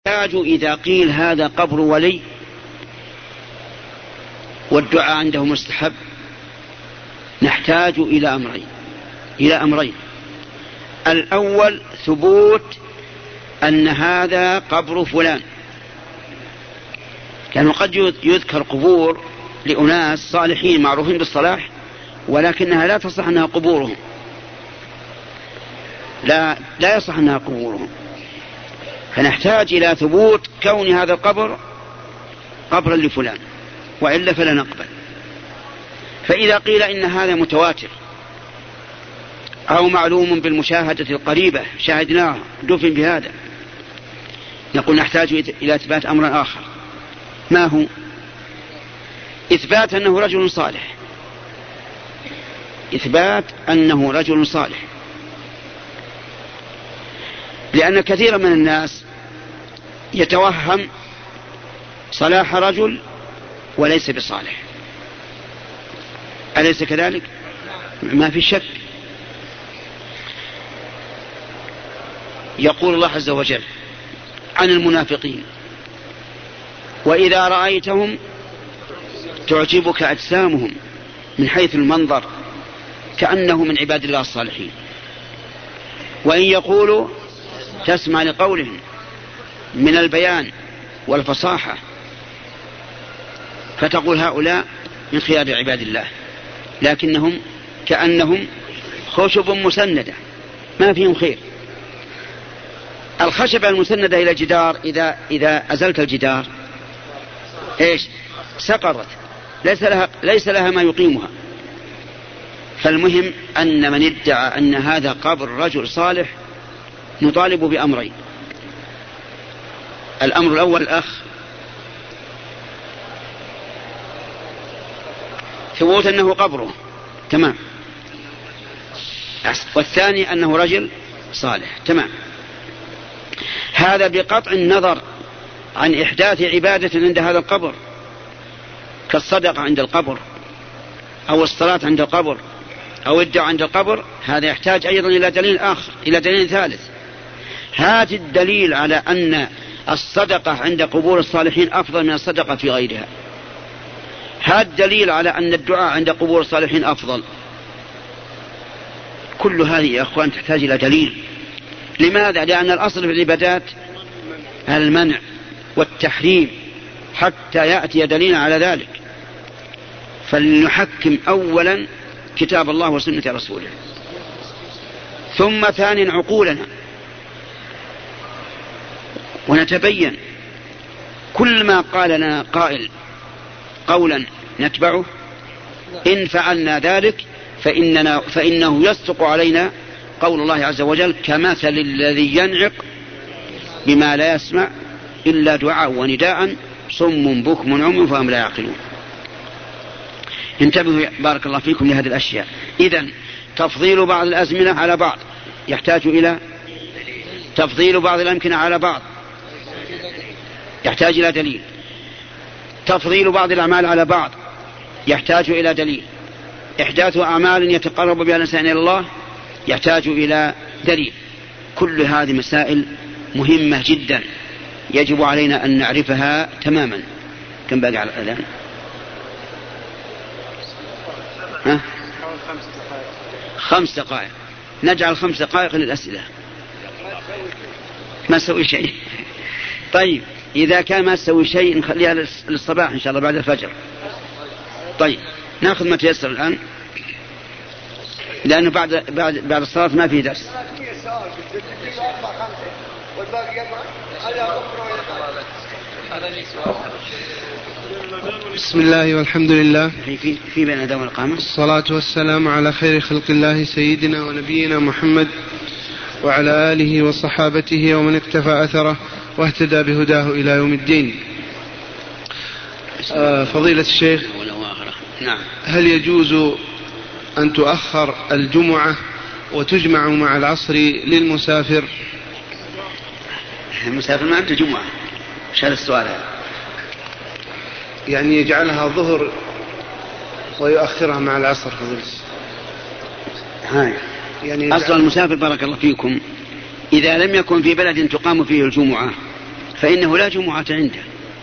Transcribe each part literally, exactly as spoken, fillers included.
يحتاج إذا قيل هذا قبر ولي والدعاء عنده مستحب، نحتاج إلى أمرين إلى أمرين الأول ثبوت أن هذا قبر فلان، لأنه قد يذكر قبور لأناس صالحين معروفين بالصلاح ولكنها لا تصح أنها قبورهم، لا, لا يصح أنها قبورهم، فنحتاج إلى ثبوت كون هذا القبر قبرا لفلان، وإلا فلا نقبل. فإذا قيل إن هذا متواتر أو معلوم بالمشاهدة القريبة شاهدناه دفن بهذا، نقول نحتاج إلى إثبات أمر آخر. ما هو؟ إثبات أنه رجل صالح، إثبات أنه رجل صالح، لأن كثيرا من الناس يتوهم صلاح رجل وليس بصالح، أليس كذلك؟ ما في شك. يقول الله عز وجل عن المنافقين: وإذا رأيتهم تعجبك أجسامهم من حيث المنظر كأنه من عباد الله الصالحين، وإن يقولوا تسمع لقولهم من البيان والفصاحة فتقول هؤلاء من خيار عباد الله، لكنهم كأنهم خشب مسندة ما فيهم خير. الخشبة المسندة إلى جدار إذا, إذا أزلت الجدار إيش؟ سقطت، ليس لها, ليس لها ما يقيمها. فالمهم أن من ادعى أن هذا قبر رجل صالح نطالب بأمرين. الأمر الأول الأخ ثبوت أنه قبره تمام، والثاني أنه رجل صالح تمام. هذا بقطع النظر عن إحداث عبادة عند هذا القبر كالصدقة عند القبر أو الصلاة عند القبر أو الدعاء عند القبر. هذا يحتاج أيضا إلى دليل آخر، إلى دليل ثالث. هات الدليل على أن الصدقة عند قبور الصالحين أفضل من الصدقة في غيرها. هات دليل على أن الدعاء عند قبور الصالحين أفضل. كل هذه يا أخوان تحتاج إلى دليل. لماذا؟ لأن الأصل في العبادات المنع والتحريم حتى يأتي دليل على ذلك. فلنحكم أولا كتاب الله وسنة رسوله، ثم ثانيا عقولنا، ونتبين كل ما قال لنا قائل قولا نتبعه، إن فعلنا ذلك فإننا فإنه يصدق علينا قول الله عز وجل: كمثل الذي ينعق بما لا يسمع إلا دعاء ونداء صم بكم عمي فهم لا يعقلون. انتبهوا بارك الله فيكم لهذه الأشياء. إذن تفضيل بعض الأزمنة على بعض يحتاج إلى تفضيل بعض الأمكنة على بعض يحتاج إلى دليل. تفضيل بعض الأعمال على بعض يحتاج إلى دليل. إحداث أعمال يتقرب بها الإنسان إلى الله يحتاج إلى دليل. كل هذه مسائل مهمة جدا يجب علينا أن نعرفها تماما. كم باقي على الأذان؟ ها؟ خمس دقائق. نجعل خمس دقائق للأسئلة، ما سوي شيء. طيب إذا كان ما سوي شيء نخليها للصباح إن شاء الله بعد الفجر. طيب نأخذ ما تيسر الآن، لأنه بعد بعد بعد الصلاة ما في درس. بسم الله والحمد لله في في بين أداء والإقامة، الصلاة والسلام على خير خلق الله سيدنا ونبينا محمد وعلى آله وصحابته ومن اقتفى أثره واهتدى بهداه إلى يوم الدين. آه فضيلة الشيخ، نعم، هل يجوز أن تؤخر الجمعة وتجمع مع العصر للمسافر؟ المسافر ما عنده جمعة، شال السؤال هذا. يعني يجعلها ظهر ويؤخرها مع العصر فضيلة. هاي يعني أصل المسافر بارك الله فيكم إذا لم يكن في بلد تقام فيه الجمعة فإنه لا جمعة عنده.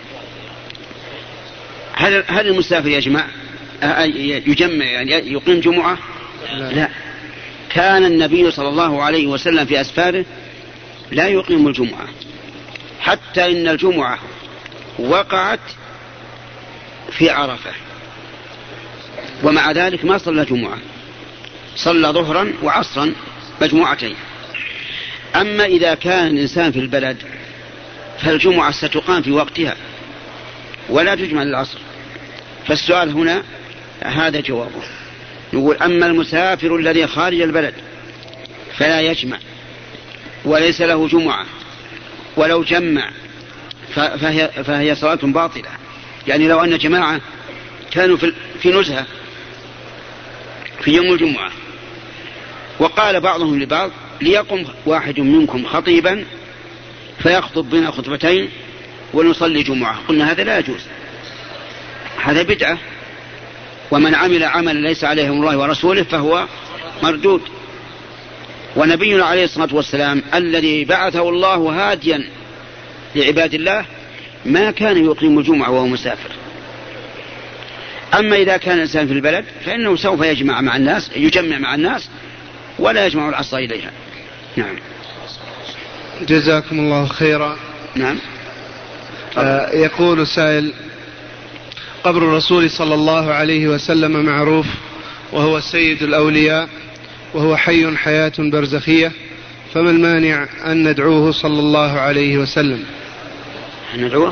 هل هل المسافر يجمع يجمع يعني يقيم جمعة؟ لا. لا. كان النبي صلى الله عليه وسلم في أسفاره لا يقيم الجمعة، حتى إن الجمعة وقعت في عرفة ومع ذلك ما صلى جمعة، صلى ظهرا وعصرا مجموعتين. أما إذا كان الإنسان في البلد فالجمعة ستقام في وقتها ولا تجمع للعصر. فالسؤال هنا هذا جوابه، نقول أما المسافر الذي خارج البلد فلا يجمع وليس له جمعة، ولو جمع فهي, فهي صلاة باطلة. يعني لو أن جماعة كانوا في نزهة في يوم الجمعة وقال بعضهم لبعض ليقم واحد منكم خطيبا فيخطب بنا خطبتين ونصلي جمعة، قلنا هذا لا يجوز، هذا بدعة، ومن عمل عملا ليس عليه الله ورسوله فهو مردود. ونبينا عليه الصلاة والسلام الذي بعثه الله هاديا لعباد الله ما كان يقيم الجمعة وهو مسافر. أما إذا كان الإنسان في البلد فإنه سوف يجمع مع الناس، يجمع مع الناس ولا يجمع العصا إليها. نعم. جزاكم الله خيرا. نعم. آه يقول سائل: قبر الرسول صلى الله عليه وسلم معروف وهو سيد الأولياء وهو حي حياة برزخية، فما المانع أن ندعوه صلى الله عليه وسلم؟ ندعوه؟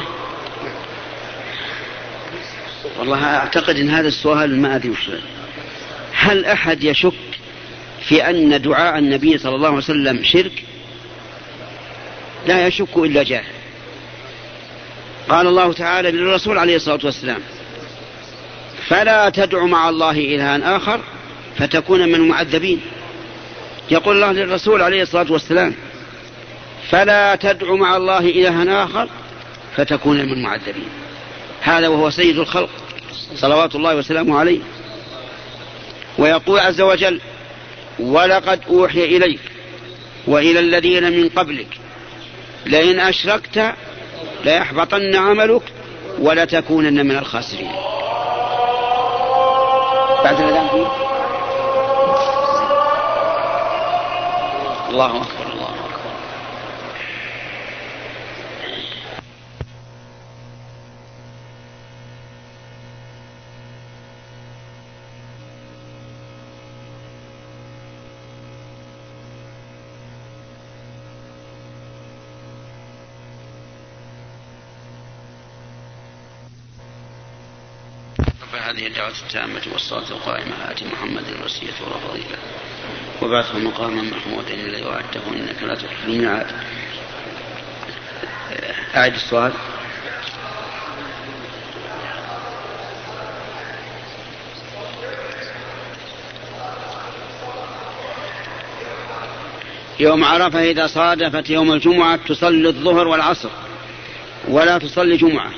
والله أعتقد أن هذا السؤال ما أدري وش. هل أحد يشك في أن دعاء النبي صلى الله عليه وسلم شرك؟ لا يشك إلا جاهل. قال الله تعالى للرسول عليه الصلاة والسلام: فلا تدع مع الله إلها آخر فتكون من المعذبين. يقول الله للرسول عليه الصلاة والسلام: فلا تدع مع الله إلها آخر فتكون من المعذبين. هذا وهو سيد الخلق صلوات الله وسلامه عليه. ويقول عز وجل: ولقد أوحي إليك وإلى الذين من قبلك لئن أشركت ليحبطن عملك ولتكونن من الخاسرين. بعد الأذان فيه الله أكبر الله أكبر. هذه الدعوة التامة والصلاة القائمة آت محمد الوسيلة والفضيلة وبعثه مقاما محمودا الذي وعدته إنك لا تخلف الميعاد. أعد السؤال. يوم عرفة إذا صادفت يوم الجمعة تصلي الظهر والعصر ولا تصلي جمعة.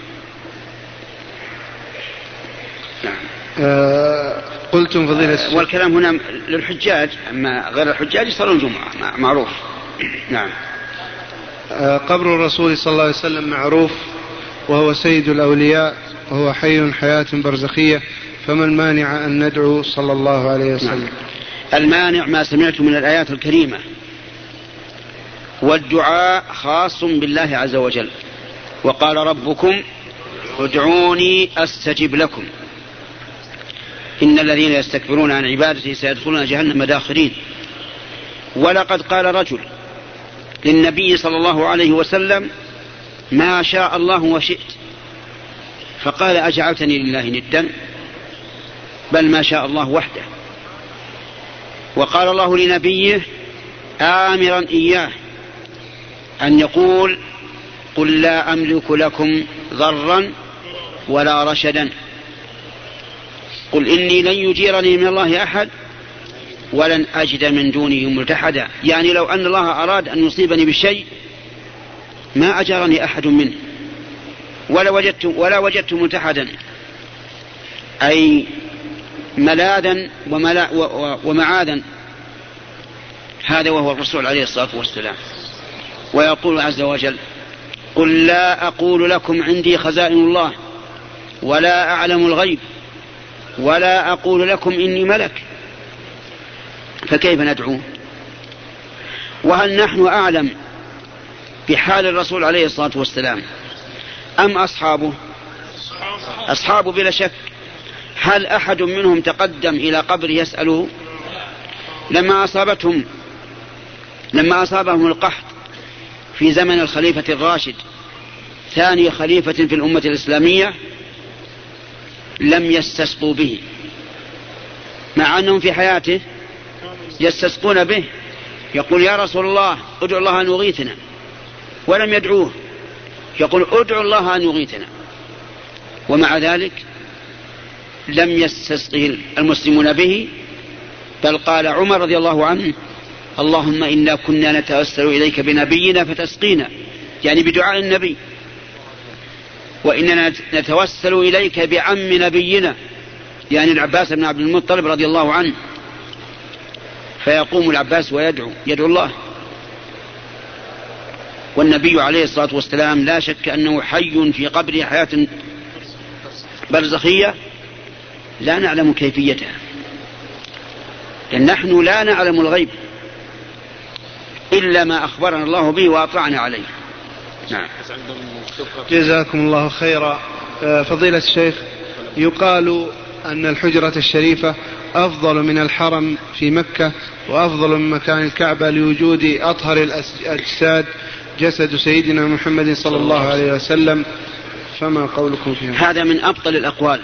آه قلتم فضيلة الشيخ. والكلام هنا للحجاج، أما غير الحجاج يصلون الجمعة معروف. نعم. آه قبر الرسول صلى الله عليه وسلم معروف وهو سيد الأولياء وهو حي حياة برزخية، فما المانع أن ندعو صلى الله عليه وسلم؟ نعم. المانع ما سمعت من الآيات الكريمة، والدعاء خاص بالله عز وجل، وقال ربكم ادعوني أستجب لكم إن الذين يستكبرون عن عبادتي سيدخلون جهنم داخرين. ولقد قال رجل للنبي صلى الله عليه وسلم: ما شاء الله وشئت، فقال: أجعلتني لله ندا؟ بل ما شاء الله وحده. وقال الله لنبيه آمرا إياه أن يقول: قل لا أملك لكم ضرا ولا رشدا، قل إني لن يجيرني من الله أحد ولن أجد من دونه ملتحدا. يعني لو أن الله أراد أن يصيبني بالشيء ما أجرني أحد منه ولا وجدت, ولا وجدت ملتحدا، أي ملاذا وملا ومعاذا. هذا وهو الرسول عليه الصلاة والسلام. ويقول عز وجل: قل لا أقول لكم عندي خزائن الله ولا أعلم الغيب ولا أقول لكم إني ملك، فكيف ندعو؟ وهل نحن أعلم بحال الرسول عليه الصلاة والسلام أم أصحابه؟ أصحابه بلا شك. هل أحد منهم تقدم إلى قبر يسأله؟ لما أصابتهم لما أصابهم القحط في زمن الخليفة الراشد ثاني خليفة في الأمة الإسلامية لم يستسقوا به، مع أنهم في حياته يستسقون به، يقول يا رسول الله ادعو الله أن يغيثنا، ولم يدعوه، يقول ادعو الله أن يغيثنا، ومع ذلك لم يستسقه المسلمون به، بل قال عمر رضي الله عنه اللهم إنا كنا نتوسل إليك بنبينا فتسقينا، يعني بدعاء النبي، وإننا نتوسل إليك بعم نبينا، يعني العباس بن عبد المطلب رضي الله عنه، فيقوم العباس ويدعو يدعو الله. والنبي عليه الصلاة والسلام لا شك أنه حي في قبره حياة برزخية لا نعلم كيفيتها، لأن نحن لا نعلم الغيب إلا ما أخبرنا الله به وأطلعنا عليه. نعم. جزاكم الله خيرا. فضيلة الشيخ، يقال أن الحجرة الشريفة أفضل من الحرم في مكة وأفضل من مكان الكعبة لوجود أطهر الأجساد جسد سيدنا محمد صلى الله عليه وسلم، فما قولكم فيها؟ هذا من أبطل الأقوال،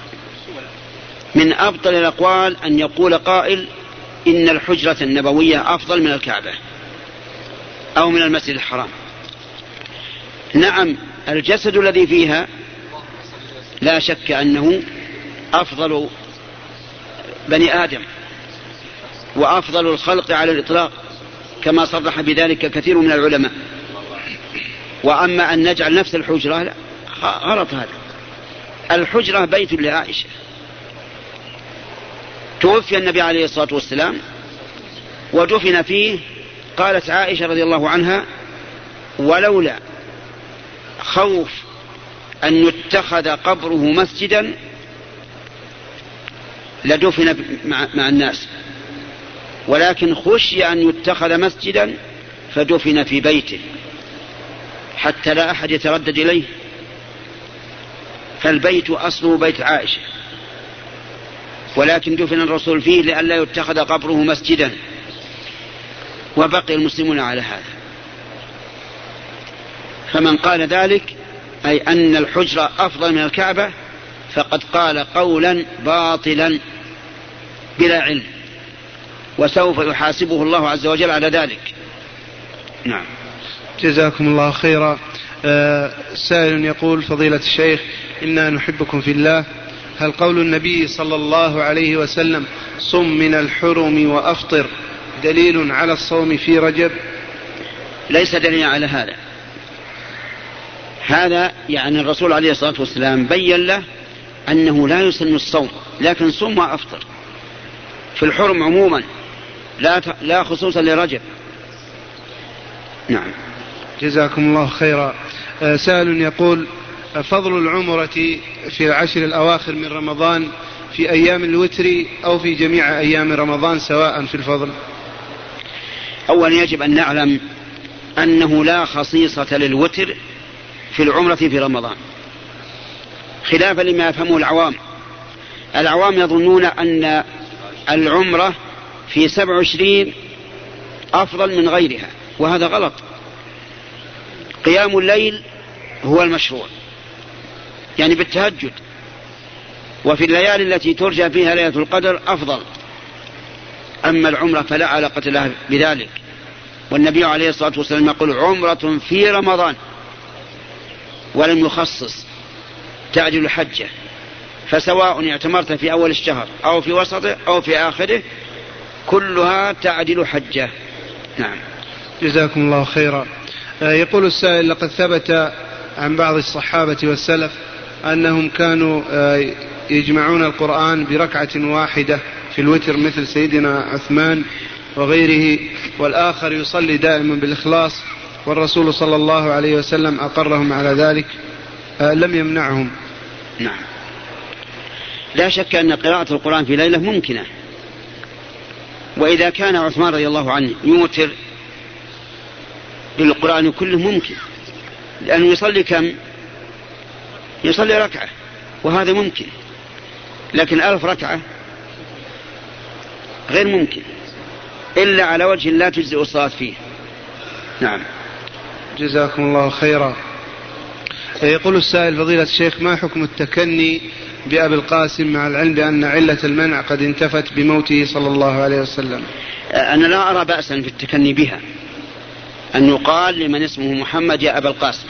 من أبطل الأقوال أن يقول قائل إن الحجرة النبوية أفضل من الكعبة أو من المسجد الحرام. نعم، الجسد الذي فيها لا شك أنه أفضل بني آدم وأفضل الخلق على الإطلاق، كما صرح بذلك كثير من العلماء. وأما أن نجعل نفس الحجرة لا، غلط هذا. الحجرة بيت لعائشة، توفي النبي عليه الصلاة والسلام ودفن فيه. قالت عائشة رضي الله عنها ولولا خوف أن يتخذ قبره مسجدا لدفن مع الناس، ولكن خشي أن يتخذ مسجدا فدفن في بيته حتى لا أحد يتردد إليه، فالبيت أصله بيت عائشة، ولكن دفن الرسول فيه لئلا يتخذ قبره مسجدا، وبقي المسلمون على هذا. فمن قال ذلك أي أن الحجرة أفضل من الكعبة فقد قال قولا باطلا بلا علم، وسوف يحاسبه الله عز وجل على ذلك. نعم. جزاكم الله خيرا. آه سائل يقول فضيلة الشيخ إنا نحبكم في الله، هل قول النبي صلى الله عليه وسلم صم من الحرم وأفطر دليل على الصوم في رجب؟ ليس دليل على هذا. هذا يعني الرسول عليه الصلاة والسلام بين له أنه لا يسن الصوم، لكن صم وأفطر في الحرم عموما، لا لا خصوصا لرجب. نعم. جزاكم الله خيرا. سائل يقول فضل العمرة في العشر الأواخر من رمضان في أيام الوتر أو في جميع أيام رمضان سواء في الفضل؟ أولا يجب أن نعلم أنه لا خصيصة للوتر في العمرة في رمضان، خلافا لما يفهمه العوام. العوام يظنون أن العمرة في سبع وعشرين أفضل من غيرها، وهذا غلط. قيام الليل هو المشروع، يعني بالتهجد، وفي الليالي التي ترجى فيها ليلة القدر أفضل. أما العمرة فلا علاقة لها بذلك، والنبي عليه الصلاة والسلام يقول عمرة في رمضان، ولم يخصص تعجل الحجة، فسواء اعتمرت في أول الشهر أو في وسطه أو في آخره كلها تعدل حجة. نعم. جزاكم الله خيرا. يقول السائل لقد ثبت عن بعض الصحابة والسلف أنهم كانوا يجمعون القرآن بركعة واحدة في الوتر مثل سيدنا عثمان وغيره، والآخر يصلي دائما بالإخلاص والرسول صلى الله عليه وسلم أقرهم على ذلك آه لم يمنعهم. نعم، لا شك أن قراءة القرآن في ليلة ممكنة، وإذا كان عثمان رضي الله عنه يوتر بالقرآن كله ممكن، لأنه يصلي كم؟ يصلي ركعة، وهذا ممكن، لكن ألف ركعة غير ممكن إلا على وجه لا تجزئ الصلاة فيه. نعم. جزاكم الله خيرا. يقول السائل: فضيلة الشيخ، ما حكم التكني بأبي القاسم مع العلم بأن علة المنع قد انتفت بموته صلى الله عليه وسلم؟ أنا لا أرى بأسا في التكني بها، أن يقال لمن اسمه محمد يا أبا القاسم،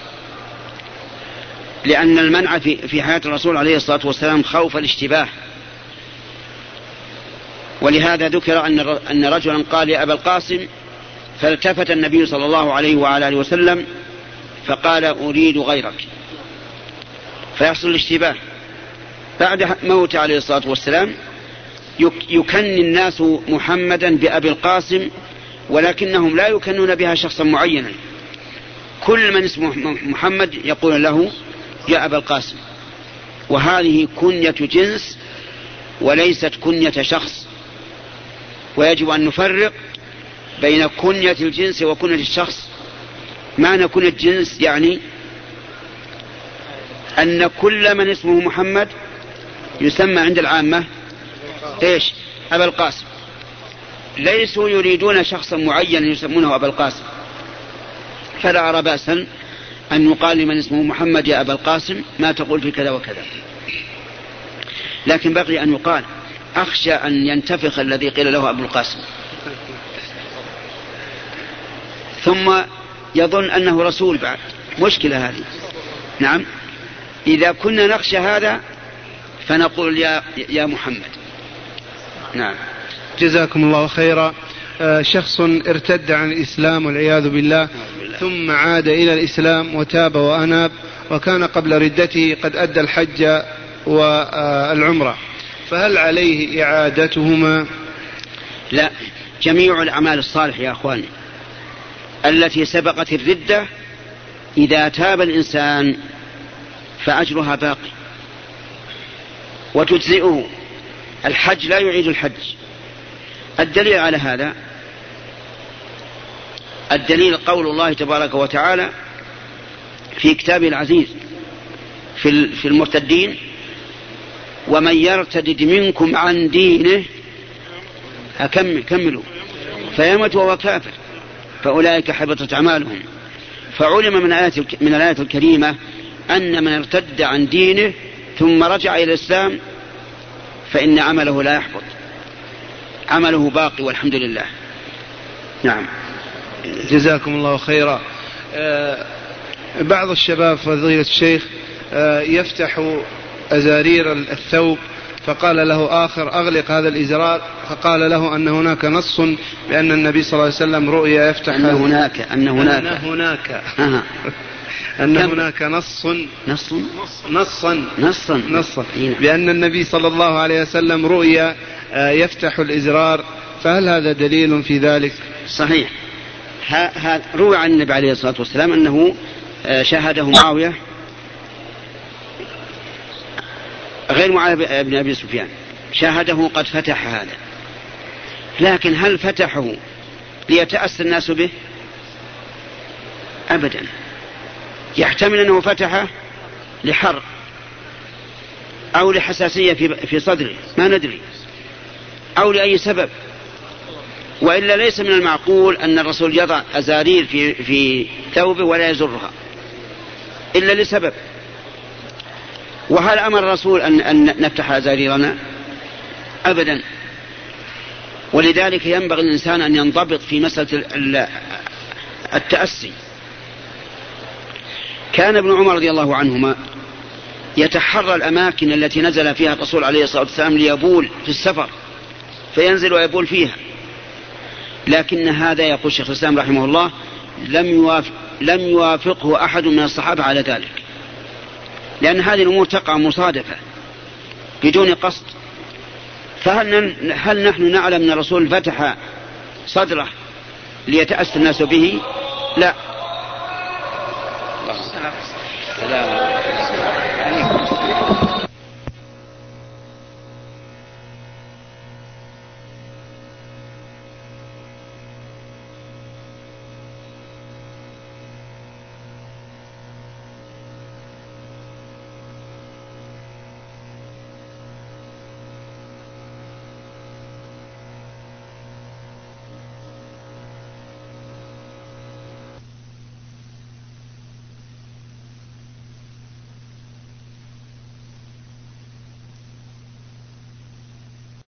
لأن المنع في في حياة الرسول عليه الصلاة والسلام خوف الاشتباه، ولهذا ذكر أن أن رجلا قال يا أبا القاسم، فالتفت النبي صلى الله عليه وعلى آله وسلم فقال أريد غيرك، فيحصل الاشتباه. بعد موت عليه الصلاة والسلام يكني الناس محمدا بأبي القاسم، ولكنهم لا يكنون بها شخصا معينا، كل من اسمه محمد يقول له يا أبا القاسم، وهذه كنية جنس وليست كنية شخص، ويجب أن نفرق بين كنية الجنس وكنية الشخص. معنى كنية الجنس يعني أن كل من اسمه محمد يسمى عند العامة إيش؟ أبا القاسم، ليسوا يريدون شخصا معينا يسمونه أبا القاسم، فلا أرى بأسا أن يقال لمن اسمه محمد يا أبا القاسم ما تقول في كذا وكذا، لكن بقي أن يقال أخشى أن ينتفخ الذي قيل له أبو القاسم ثم يظن أنه رسول بعد، مشكلة هذه. نعم، إذا كنا نخشى هذا فنقول يا, يا محمد. نعم. جزاكم الله خيرا. آه شخص ارتد عن الإسلام والعياذ بالله ثم عاد إلى الإسلام وتاب وأناب، وكان قبل ردته قد أدى الحج والعمرة، فهل عليه إعادتهما؟ لا، جميع الأعمال الصالحة يا أخواني التي سبقت الردة إذا تاب الإنسان فأجرها باقي وتجزئه. الحج لا يعيد الحج. الدليل على هذا، الدليل قول الله تبارك وتعالى في كتابه العزيز في المرتدين: ومن يرتد منكم عن دينه أكمل كملوا فيمت وهو كافر فأولئك حبطت أعمالهم. فعلم من آيات من الآيات الكريمة أن من ارتد عن دينه ثم رجع إلى الإسلام فإن عمله لا يحبط، عمله باقي والحمد لله. نعم. جزاكم الله خيرا. آه بعض الشباب فضيلة الشيخ آه يفتح أزارير الثوب، فقال له آخر: أغلق هذا الإزرار، فقال له أن هناك نص بأن النبي صلى الله عليه وسلم رؤيا يفتح أن هناك أن هناك أن هناك أه. أن هناك نص نص نصا نصا نصا بأن النبي صلى الله عليه وسلم رؤيا يفتح الإزرار، فهل هذا دليل في ذلك؟ صحيح. ها روى عن النبي عليه الصلاة والسلام أنه شاهده معاوية غير معاوية بن أبي سفيان، شاهده قد فتح هذا، لكن هل فتحه ليتأسى الناس به؟ أبدا. يحتمل أنه فتحه لحر أو لحساسية في صدره ما ندري، أو لأي سبب، وإلا ليس من المعقول أن الرسول يضع أزارير في, في ثوبه ولا يزرها إلا لسبب. وهل أمر الرسول أن, أن نفتح أزاريرنا؟ أبدا. ولذلك ينبغي الإنسان أن ينضبط في مسألة التأسي. كان ابن عمر رضي الله عنهما يتحرى الأماكن التي نزل فيها الرسول عليه الصلاة والسلام ليبول في السفر، فينزل ويبول فيها، لكن هذا يقول شيخ الإسلام رحمه الله لم يوافق لم يوافقه أحد من الصحابة على ذلك، لأن هذه الأمور تقع مصادفة بدون قصد. فهل هل نحن نعلم أن الرسول فتح صدره ليتأسى الناس به؟ لا، لا